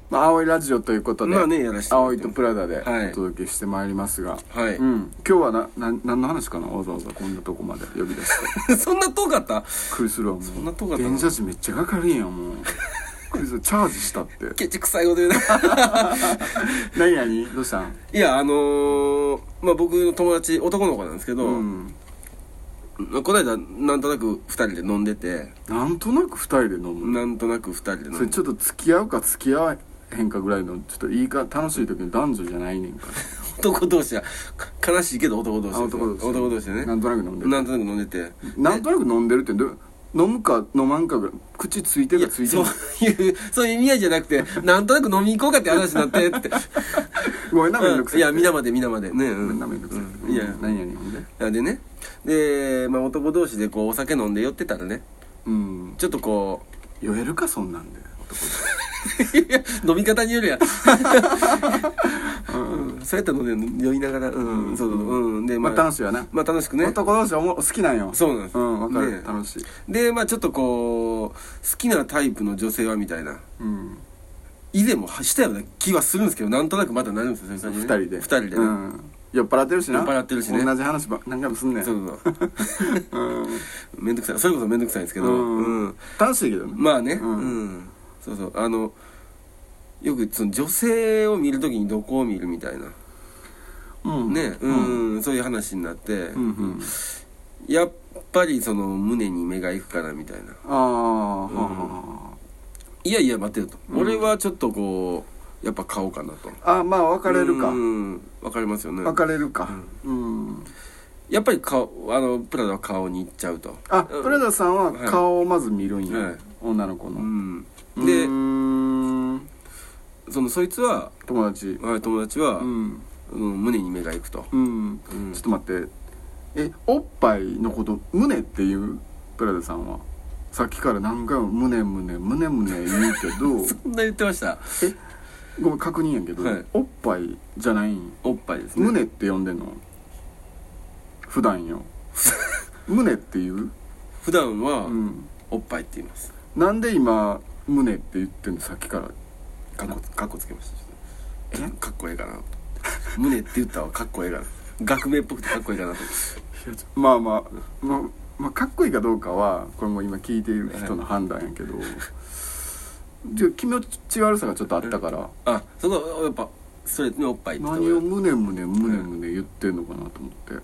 まあ、青いラジオということで、 まあね、やらして青いとプラダではいお届けしてまいりますが、 はい、 うん、今日は何の話かな、わざわざこんなとこまで呼び出してそんな遠かった？ びっくりするわ。もうそんな遠かったの？ 電車賃めっちゃかかるんやん。もうクイズチャージしたってケチくさいこと言うな何どうしたん？ いやまあ僕の友達男の子なんですけど、 うん、 この間なんとなく2人で飲んでて、 なんとなく2人で飲む。 なんとなく2人で飲んでそれちょっと付き合うか付き合わへんかぐらいの、ちょっといいか楽しい時に男女じゃないねんから男同士は悲しいけど男同士ですよ。 男同士でね、 なんとなく飲んでる。 なんとなく飲んでて、 なんとなく飲んでるって飲むか飲まんかぐらい、口ついてるかついてるか。 そういう意味合いじゃなくて、なんとなく飲みに行こうかって話になってってごめんな、めんどくさい。 いや、皆までね、 ごめんな、めんどくさい。 いや、 何ほんで。 いやでね、で、まあ男同士でこうお酒飲んで酔ってたらね、 うん、 ちょっとこう酔えるかそんなんで男いや飲み方によるやんそうやったので酔いながら、でまあ楽しいわな。 まあ楽しくね、 男同士は好きなんよ。 そうなんです。 わかる、楽しい。 でまあちょっとこう好きなタイプの女性はみたいな、以前もしたような気はするんですけど、なんとなくまたなるんですよ、 2人で酔っ払ってるしな。 酔っ払ってるしね、 同じ話何回もすんねん。 そうめんどくさい、それこそめんどくさいんですけど、 楽しいけどね。 まあね、そうよくその女性を見るときにどこを見るみたいな、そういう話になって、やっぱりその胸に目がいくからみたいな。いやいや待てよと、俺はちょっとこうやっぱ顔かなと。 まあ分かれるか。 分かりますよね。 分かれるか。 やっぱり顔、プラダは顔に行っちゃうと。 プラダさんは顔をまず見るんや、女の子の。 でそいつは友達は、胸に目がいくと。ちょっと待って、おっぱいのこと胸っていうプラダさんはさっきから何回も胸言うけどそんな言ってました？ ごめん確認やけど、おっぱいじゃないん？ おっぱいですね。 胸って呼んでんの普段よ胸って言う？ 普段は、おっぱいって言います。 なんで今胸って言ってんの？さっきからかっこつけました。かっこええかな胸って言ったわ、かっこええかな、学名っぽくてかっこええかなとまあかっこいいかどうかはこれも今聞いている人の判断やけど、気持ち悪さがちょっとあったから、 そこやっぱストレートにおっぱいって言った何を胸言ってんのかなと思って。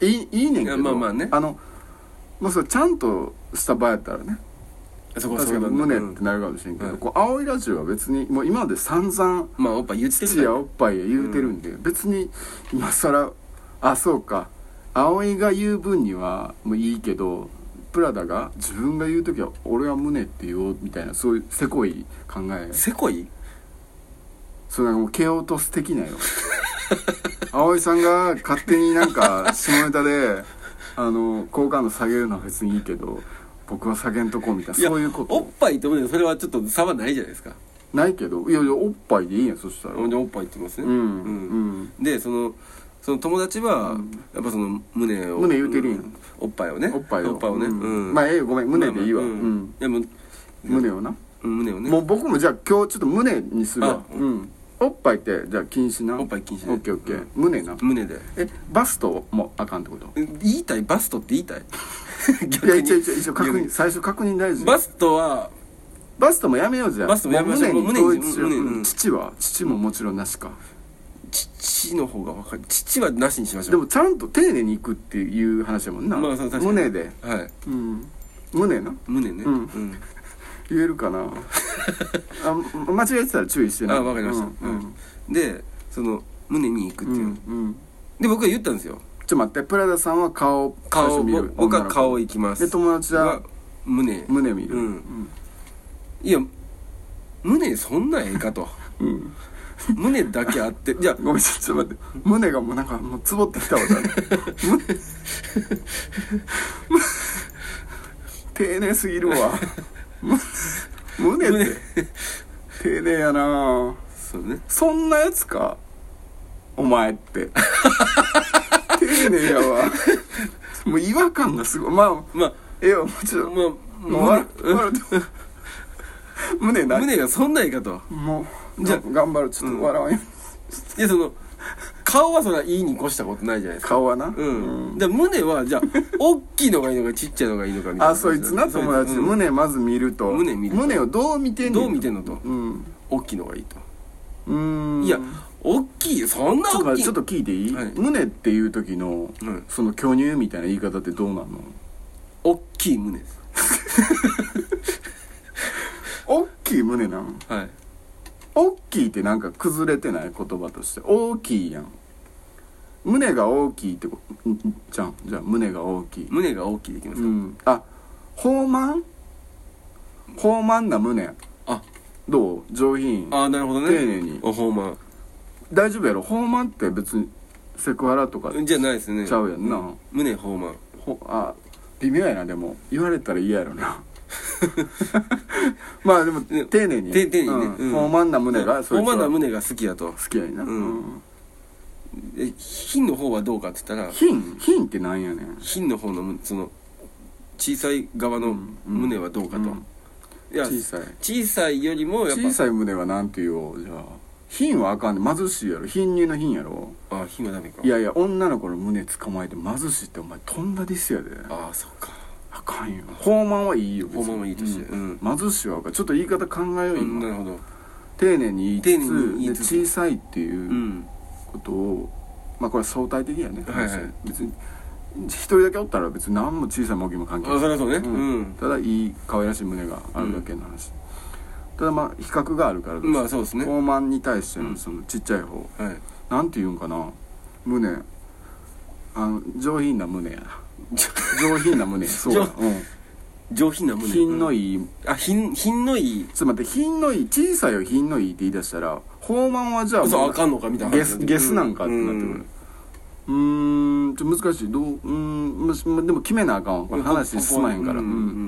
いいねんけど、 まあね、 それちゃんとした場やったらね、確かに胸ってなるかもしれんけど、こう青いラジオは別にもう今まで散々 おっぱい言ってる、 父やおっぱいや言うてるんで、別に今更そうか、青いが言う分にはもういいけど、プラダが自分が言う時は俺は胸って言おうみたいな、そういうせこい考え。 せこい？ それなんかもう蹴落とす的なよ葵さんが勝手になんか下ネタで好感度下げるのは別にいいけど、僕は下げんとこうみたいな、そういうこと。 おっぱいって思うけど、それはちょっと差はないじゃないですか。 ないけど、いやおっぱいでいいやん。そしたらおっぱいって言いますね。でその友達はやっぱその胸言うてるやん。 おっぱいをね、 おっぱいをね。 まあごめん、胸でいいわ。いやもう胸をな、 胸をね。 もう僕もじゃあ今日ちょっと胸にするわ。おっぱいってじゃあ禁止な。 おっぱい禁止。 オッケー。胸な。 胸で。 バストもあかんってこと？ 言いたい？バストって言いたい？ いや一応確認、最初確認大事。 バストもやめようじゃん。 バストもやめましょう。 胸に統一しよう。父ももちろんなしか。 父の方が分かる。父はなしにしましょう。 でもちゃんと丁寧にいくっていう話やもんな。胸で。胸な。 胸ね。 言えるかな間違えてたら注意してな。 分かりました。でその胸に行くっていう。で僕は言ったんですよ。 待って、プラダさんは顔見る。 僕は顔行きます。 で友達は胸見る。 いや胸そんなええかと。胸だけあって、じゃあごめんちょっと待って、胸がもうなんかもうつぼってきたわ丁寧すぎるわ胸って丁寧やな。 そうね、 そんなやつかお前って丁寧やわもう違和感がすごい。まあもちろん、 胸ない。 胸がそんないかと。 もうじゃあ頑張る。ちょっと笑わんよ。 いや、その顔はそらいいに越したことないじゃないですか。 顔はな。 で胸はじゃあ大きいのがいいのかちっちゃいのがいいのかみたいな。 あ、そいつな、友達。胸まず見ると。胸をどう見てんの？ どう見てんのと。大きいのがいいと。 いや、大きい、そんな大きい。 ちょっと聞いていい？胸っていう時のその巨乳みたいな言い方ってどうなの？ 大きい胸です。 大きい胸なの？ はい。 大きいってなんか崩れてない？言葉として大きいやん。胸が大きいってじゃあ胸が大きい。 胸が大きいでいきますか？ あ、豊満な胸。 あ、 どう？上品。 あ、なるほどね。 丁寧に。 豊満。 大丈夫やろ？豊満って別にセクハラとかじゃないですね。 ちゃうやんな。 胸豊満。 あ、微妙やな。でも言われたら嫌やろな。まあでも丁寧に丁寧にね。 豊満な胸が、 豊満な胸が好きだと。 好きやな。 品の方はどうかって言ったら、 品ってなんやねん。 品の方のその小さい側の胸はどうかと。いや、小さいよりもやっぱ小さい胸はなんて言おう。じゃあ品はあかんね。貧しいやろ。貧乳の品やろ。 あ、品はダメか。 いやいや、女の子の胸捕まえて貧しいってお前とんだディスやで。 ああ、そうか。 あかんよ。豊満はいいよ。 豊満はいいとして、 貧しいはちょっと言い方考えよう。 なるほど。 丁寧に言いつつ小さいっていうことを、まあこれは相対的やね。別に一人だけおったら別に何も小さいも大きいも関係ない。 そりゃそうね。 ただいい可愛らしい胸があるだけの話。ただまあ比較があるから、 まあそうですね。 豊満に対してのそのちっちゃい方、なんて言うんかな、胸、上品な胸や。上品な胸。そうや。 上品な胸。 品のいい。 あ、品のいい。 ちょっと待って、品のいい、小さいを品のいいって言い出したら、豊満はじゃあそうあかんのかみたいな。 ゲスなんかってなってくる。難しい。でも決めなあかんわ。これ話進まへんから。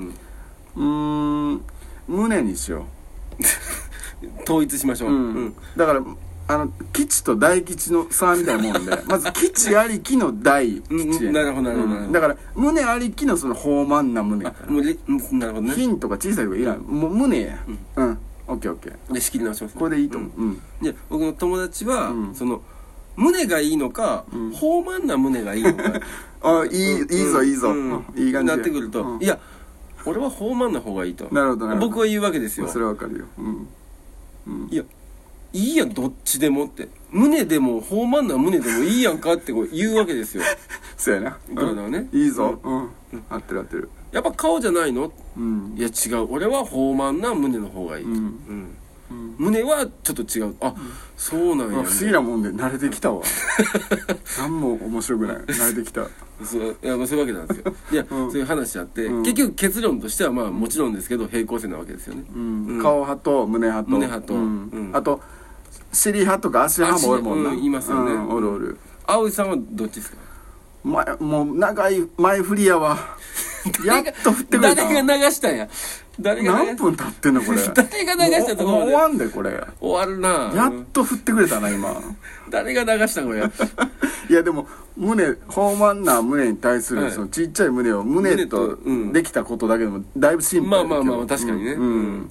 胸にしよう。統一しましょう。 だから吉と大吉の差みたいなもんで、まず吉ありきの大吉や。 なるほどなるほど。 だから胸ありきのその豊満な胸。 なるほどね。 品とか小さいとかいらん。もう胸や。オッケーオッケー。 で仕切り直します。 これでいいと思う。 で僕の友達はその胸がいいのか豊満な胸がいいのか。 あ、いいぞいいぞ。いい感じ。 なってくると、いや俺は豊満な方がいいと。 なるほど。 僕は言うわけですよ。 それはわかるよ。 いやいいやん、どっちでもって。胸でも豊満な胸でもいいやんかってこう言うわけですよ。 そうやな。 体はね。 いいぞ。合ってる合ってる。 やっぱ顔じゃないの？いや違う。俺は豊満な胸の方がいいと。胸はちょっと違う。あ、そうなんや。 不思議なもんで慣れてきたわ。何も面白くない。慣れてきた。 そういうわけなんですよ。いや、そういう話あって、結局結論としてはまあもちろんですけど平行線なわけですよね。 顔派と胸派と。あと尻派とか足派もおるもんな。 いますよね。 おるおる。 葵さんはどっちですか？ もう長い前振りやわ。やっと振ってくれた。 誰が流したんや。 何分経ってんのこれ。 誰が流したところで。 終わんでこれ。 終わるな。 やっと振ってくれたな今。 誰が流したのや。 いやでも豊満な胸に対するそのちっちゃい胸を胸とできたことだけでもだいぶシンプル。 まあ確かにね。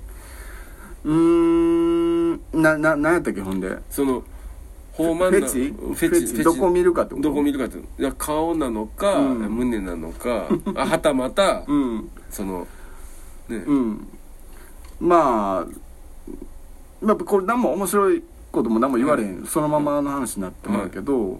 なんやったっけほんで。 その豊満なフェチどこ見るかってこと。 どこ見るかって。いや顔なのか胸なのか、はたまたそのね。まあこれ何も面白いことも何も言われへん。そのままの話になってもらうけど、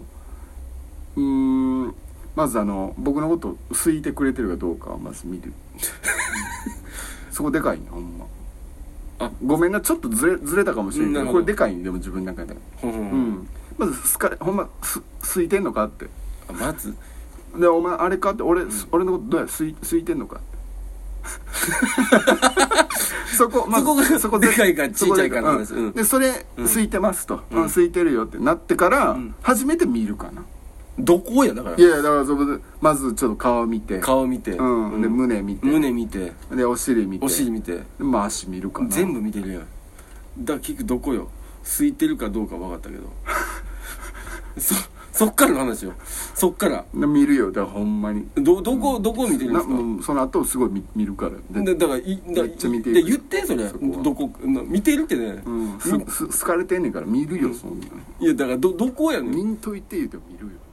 まず僕のこと好いてくれてるかどうかをまず見る。そこでかいねほんま。ごめんな、ちょっとずれたかもしれんけど、これでかいんでも自分の中で。まずほんま好いてんのかって。 まずでお前あれかって、俺のことどうや好いてんのかって。そこでかいかちっちゃいかの話。 でそれ好いてますと、好いてるよってなってから初めて見るかな。 どこやだから。 いやだからまずちょっと顔見て、 で胸見て、でお尻見て、でまあ足見るかな。 全部見てるやん。結局どこよ。空いてるかどうか分かったけど。 そっからの話よ。そっから見るよ。だからほんまにどこ見てるんですか？ その後すごい見るから。 だからめっちゃ見てる。言ってそれ。どこ見てるってね。 好かれてんねんから見るよ、そんな。 いやだからどこやねん。 見んといて言うても見るよ。